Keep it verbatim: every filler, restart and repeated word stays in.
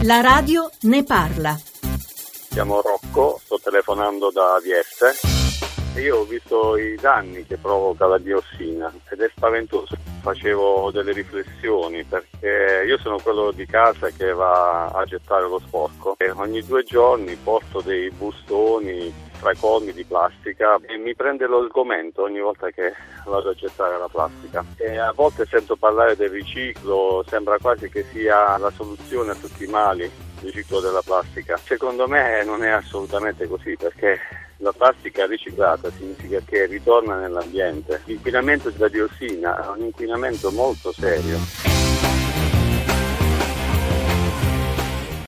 La radio ne parla. Chiamo Rocco, sto telefonando da Vieste e io ho visto i danni che provoca la diossina ed è spaventoso. Facevo delle riflessioni perché io sono quello di casa che va a gettare lo sporco e ogni due giorni porto dei bustoni stracolmi di plastica e mi prende lo sgomento ogni volta che vado a gettare la plastica. E a volte sento parlare del riciclo, sembra quasi che sia la soluzione a tutti i mali, il riciclo della plastica. Secondo me non è assolutamente così, perché la plastica riciclata significa che ritorna nell'ambiente. L'inquinamento della diossina è un inquinamento molto serio.